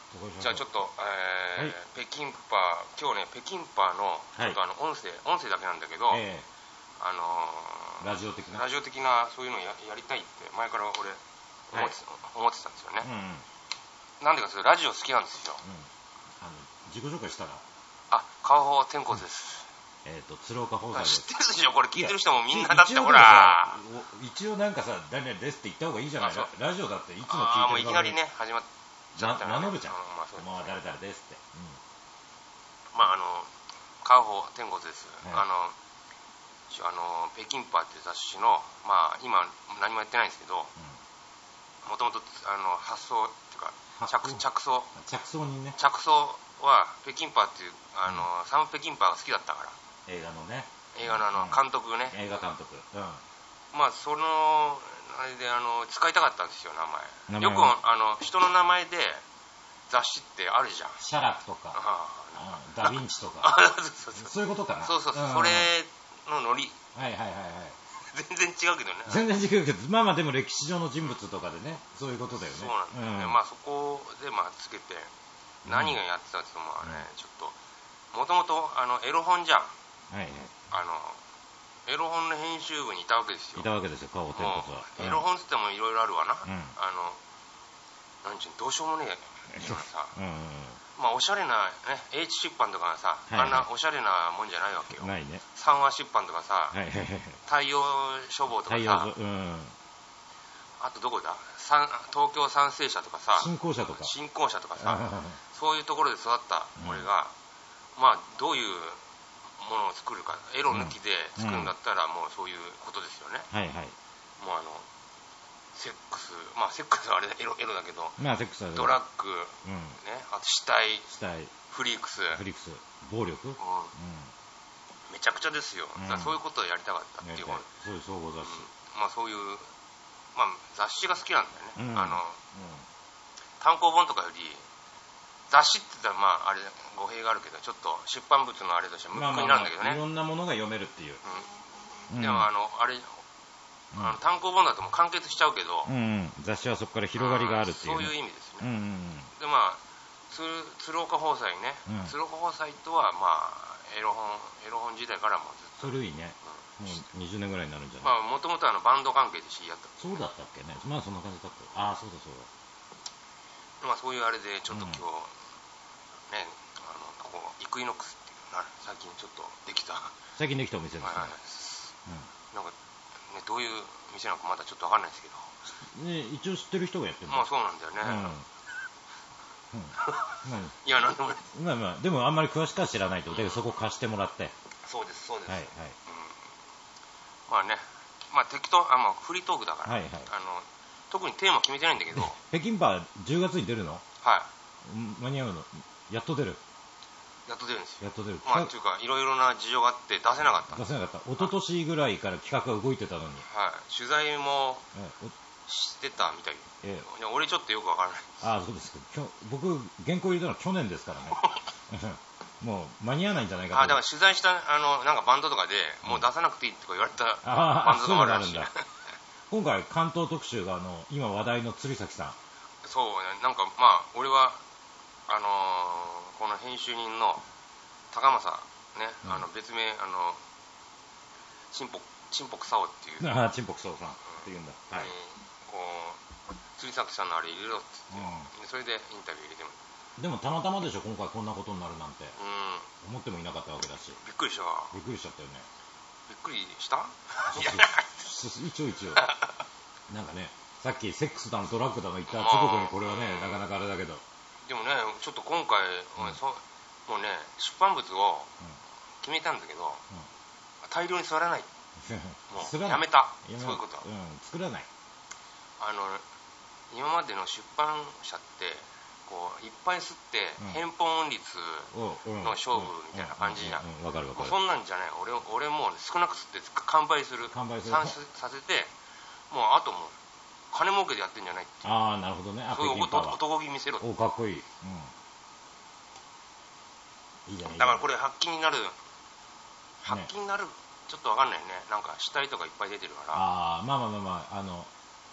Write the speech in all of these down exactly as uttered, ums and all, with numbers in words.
じゃあちょっと、えーはい、北京パー今日ね北京パーのちょっとあの音声、はい、音声だけなんだけど、えー、あのー、 ラジオ的なラジオ的なそういうのを や, やりたいって前から俺思って、はい、思ってたんですよね、うんうん、なんでかそれラジオ好きなんですよ、うん、 あの自己紹介したらあ川穂天子です、 うん、えっ、ー、と鶴岡放送です。 知ってるでしょこれ聞いてる人もみんなだってほら一応なんかさ誰々ですって言った方がいいじゃない。ラジオだっていつも聞いてるから、ね、 もういきなりね始まっちゃったら、ね、 名乗るじゃん、まあそうですね、まあ、誰々ですって、 うん、まああの川穂天子です、はい、あのあの北京パーっていう雑誌のまあ今何もやってないんですけど、もともと発送っていうか着着想着想にね着想は北京パーっていうあの、うん、サム・北京パーが好きだったから映画のね映画のあの監督ね、 うん、映画監督、うん、 まあそのあれであの使いたかったんですよ名前。よくあの人の名前で雑誌ってあるじゃん。 シャラクとか、ああダヴィンチとかそうそうそうそういうことかな。 そうそうそう、うん、それのノリ。 はいはいはいはい。 全然違うけどね。 全然違うけど、まあまあでも歴史上の人物とかでね、そういうことだよね。 そうなんだよね、うん、まあそこでまあつけて何がやってたって言うとまあね、うん、ちょっともともとあのエロ本じゃん。はいはい。あのエロ本の編集部にいたわけですよ。 いたわけですよ、川穂天子は。 エロ本って言ってもいろいろあるわな。うん、あのなんちゅうどうしようもねえさ、うんうんうん、まあおしゃれなね H 出版とかがさ、はいはい、あんなおしゃれなもんじゃないわけよ。 ないね。 三和出版とかさ、はいはいはい、太陽書房とかさ、うん、あとどこだ東京三成社とかさ、 新興社とか新興社とかさそういうところで育った俺が、うん、まあどういうものを作るか、エロ抜きで作るんだったらもうそういうことですよね、うん、はいはい。もうあのセックス、まあセックスはあれエロエロだけど、まあ、セックスはドラッグ、うん、ね、あと死体、死体、フリークス、 フリークス、暴力、うんうん、 めちゃくちゃですよ、うん、だそういうことをやりたかったっていう、 そういう総合雑誌、 うん、まあそういう、まあ、雑誌が好きなんだよね、うん、あの、うん、単行本とかより雑誌って言ったらまああれ語弊があるけどちょっと出版物のあれとしてムックになるんだけどね、 まあまあまあ、いろんなものが読めるっていう、 うん、でもあのあれうん、あの単行本だともう完結しちゃうけど、 うんうん、雑誌はそこから広がりがあるっていう、 ね、そういう意味ですね、うんうんうん、でまあ鶴岡放送ね、うん、鶴岡放送とはまあエロ本エロ本時代からもずっと古いね、うん、もうにじゅうねんぐらいになるんじゃない。 まあもともとバンド関係で知り合った。 そうだったっけね。まあそんな感じだった。ああそうだそうだ。まあそういうあれでちょっと今日、うん、ねあのここイクイノックスっていうな最近ちょっとできた最近できたお店ですね、はいはい、 うん、なんかね、どういう店なのかまだちょっと分かんないですけど、 ね、一応知ってる人がやってる。 まあそうなんだよね、うんうん、いやなんでもない、 まあまあでもあんまり詳しくは知らないと、でそこ貸してもらって。 そうですそうです、 はいはい、うん、 まあね、まあ適当あ、まあ、フリートークだから、はいはい、あの特にテーマ決めてないんだけど北京パーじゅうがつに出るの。 はい、 間に合うの。やっと出るやっと出るんですよ。 やっと出る。 まあ、っていうかいろいろな事情があって出せなかった。 出せなかった。一昨年ぐらいから企画が動いてたのに。 はい。取材もしてたみたい。ええ、俺ちょっとよくわからない。 ああそうですけど、僕原稿入れたのは去年ですからね。もう間に合わないんじゃないかと。 あだから取材したあのなんかバンドとかでもう出さなくていいとか言われたバンドとかもあるらしい。 今回関東特集があの今話題の釣崎さん。 そうね、なんかまあ俺はあのー、この編集人の高政ね、うん、あの別名あのチンポチンポクサオっていう、 ああチンポクサオさんっていうんだ、うん、はい、 こう釣崎さんのあれ入れろって言って、うん、それでインタビュー入れても。 でもたまたまでしょ今回こんなことになるなんて、うん、思ってもいなかったわけだし。 びっくりしたびっくりしちゃったよね。 びっくりした一応一応なんかねさっきセックスだのドラッグだの言った直後にこれはね、まあ、なかなかあれだけど、 でもねちょっと今回、うん、そもうね出版物を決めたんだけど、うん、大量に吸らないもうやめたそういうことは、うん、 作らない。 あの今までの出版社ってこういっぱい吸って返本率の勝負みたいな感じじゃん。 わかるわかる。 そんなんじゃない。俺俺も少なく吸って完売する完売するさせてもうあともう金儲けでやってんじゃないっていう。 ああなるほどね。 そういう男気見せろ。 おかっこいい。うん、いいじゃない。 だからこれ発揮になる発揮になる、ね、ちょっとわかんないね。なんか死体とかいっぱい出てるから。 ああまあまあまあまああの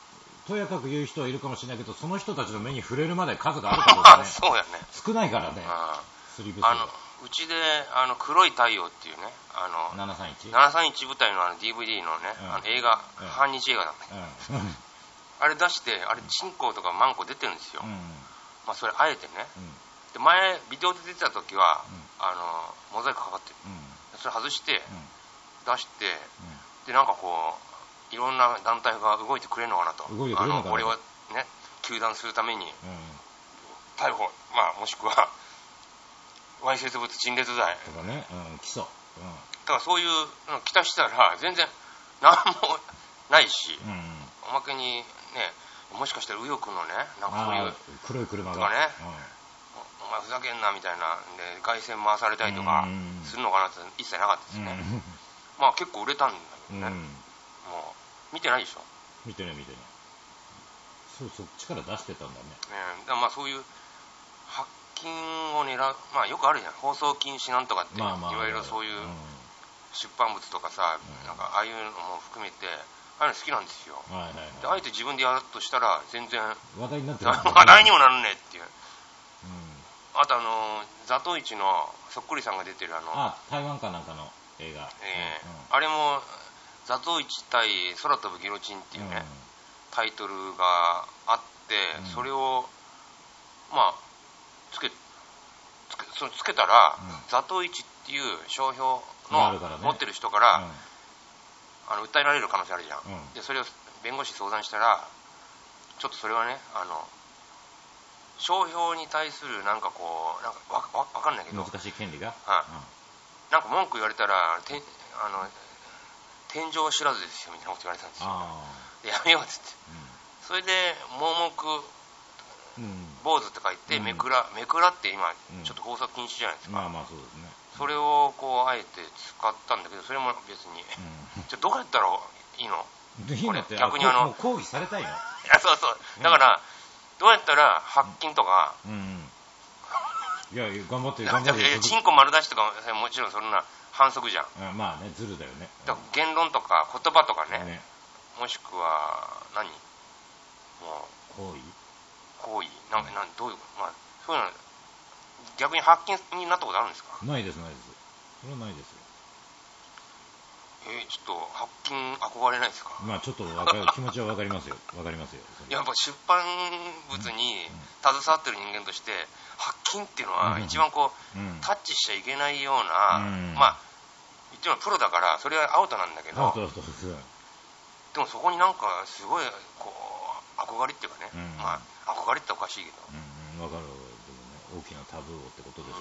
とやかく言う人はいるかもしれないけど、その人たちの目に触れるまで数があるかどうかねそうやね、 少ないからね、 スリーブスあのうちであの黒い太陽っていうね、あのななさんいち部隊のあの ディーブイディー のね、うん、あの映画、うん、反日映画なんだけど、うん、あれ出して、あれチンコとかマンコ出てるんですよ、うん、まあそれあえてね、うん、で前ビデオで出てた時は、うん、あのモザイクかかってる、うん、それ外して、うん、出して、うん、でなんかこういろんな団体が動いてくれるのかなと、 動いてくれるのかなと、 俺をね糾弾するために、うん、逮捕、まあもしくはわいせつ物陳列罪とかね、うん、起訴、うん、 だからそういうの期待したら全然何もないし、うん、おまけにね、もしかしたら右翼のね、なんかそういう黒い車がとかね、うん、お前ふざけんなみたいなで凱旋回されたりとかするのかなって一切なかったですね、うん、まあ結構売れたんだけどね、うん、もう見てないでしょ、 見てない見てない、そうそっちから出してたんだね、 ね、だからまあそういう発金を狙う、まあよくあるじゃん、放送禁止なんとかって、まあまあ、いわゆるそういう出版物とかさ、うん、なんかああいうのも含めてああいうの好きなんですよ、はいはいはい、であえて自分でやるとしたら全然話題になってる話題にもなるねっていう、うん、あとあのザトウイチのそっくりさんが出てるあのあ台湾かなんかの映画、 えーうん、あれもザトウイチ対空飛ぶギロチンっていうね、うん、タイトルがあって、うん、それをまあつけつけそのつけたら、うん、ザトウイチっていう商標の、ね、持ってる人から、うん、あの訴えられる可能性あるじゃん、うん、でそれを弁護士相談したらちょっとそれはねあの商標に対するなんかこうなんかわわわかんないけど難しい権利が、 はい、うん、なんか文句言われたらてあの天井知らずですよみたいなこと言われたんですよ、でやめようっつって、うん、それで盲目坊主って書いて、うん、めくらめくらって今ちょっと放送禁止じゃないですか、 まあまあそうですね、 それをこうあえて使ったんだけどそれも別に、うん、じゃあどうやったらいいのいいのって逆にあの抗議されたいのいやそうそうだから、うん、どうやったら発禁とか、うんうん、 いや頑張って頑張ってチンコ丸出しとかもちろんそんな反則じゃん、 うん、まあねズルだよね、 だから言論とか言葉とか ね, ねもしくは何もう行為行為なんなんどういうまあそういうの逆に発禁になったことあるんですか？ ないですないです。それはないですよ。 えー、ちょっと発禁憧れないですか？ まあちょっとわかる気持ちはわかりますよ。わかりますよ。 やっぱ出版物に携わってる人間として発禁っていうのは一番こう、うん、タッチしちゃいけないような、うん、まあ言ってもプロだからそれはアウトなんだけど、 アウトアウトです。 でもそこになんかすごいこう憧れっていうかね、うん、まあ憧れっておかしいけど、 うん、わかる。大きなタブーをってことでしょ、うん、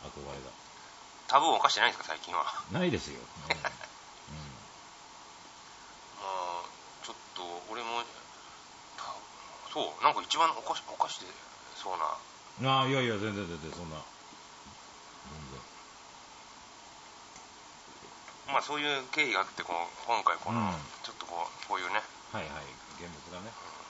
憧れが。 タブーを犯してないんですか最近は？ ないですよ、うん、まあちょっと俺もそうなんか一番犯し犯してそうなあいやいや全然全然そんな全然まあそういう経緯があってこう今回この、うん、ちょっとこうこういうねはいはい現物がね、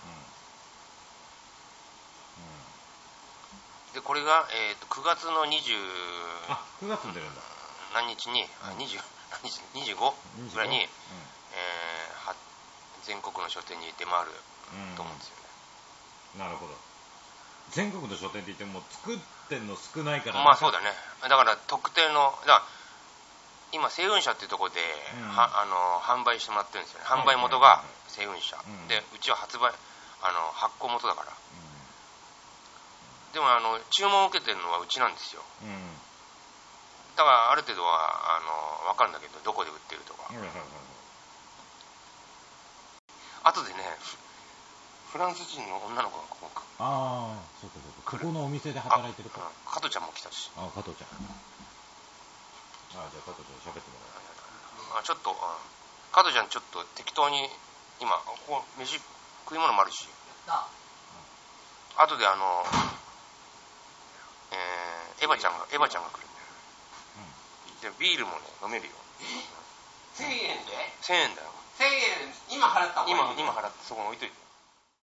うんうんでこれが、えー、とくがつのにじゅうあくがつに出るんだ何日に、うん、にじゅう何日にじゅうごぐらいに、うんえー、は全国の書店に出回ると思うんですよね、 うん、なるほど全国の書店って言っても作ってんの少ないからまあそうだねだから特定のだから今星雲社っていうところで、うん、はあの販売してもらってるんですよね販売元が星雲社、はいはいはい、でうちは発売あの発行元だから、うんでもあの注文を受けてるのはうちなんですよ、うん、だからある程度はあの分かるんだけどどこで売ってるとか、うんうんうん、あとでねフランス人の女の子がここああそうかそうかここのお店で働いてるか加トちゃんも来たしあ加トちゃんあじゃあ加トちゃん喋ってもらうあちょっと加トちゃんちょっと適当に今ここ飯食い物もあるしあとであのエヴァちゃんがエヴァちゃんが来るんだよ、うん、でビールもね飲めるよせんえんでせんえんだよせんえん今払った方がいい今今払ってそこに置いといて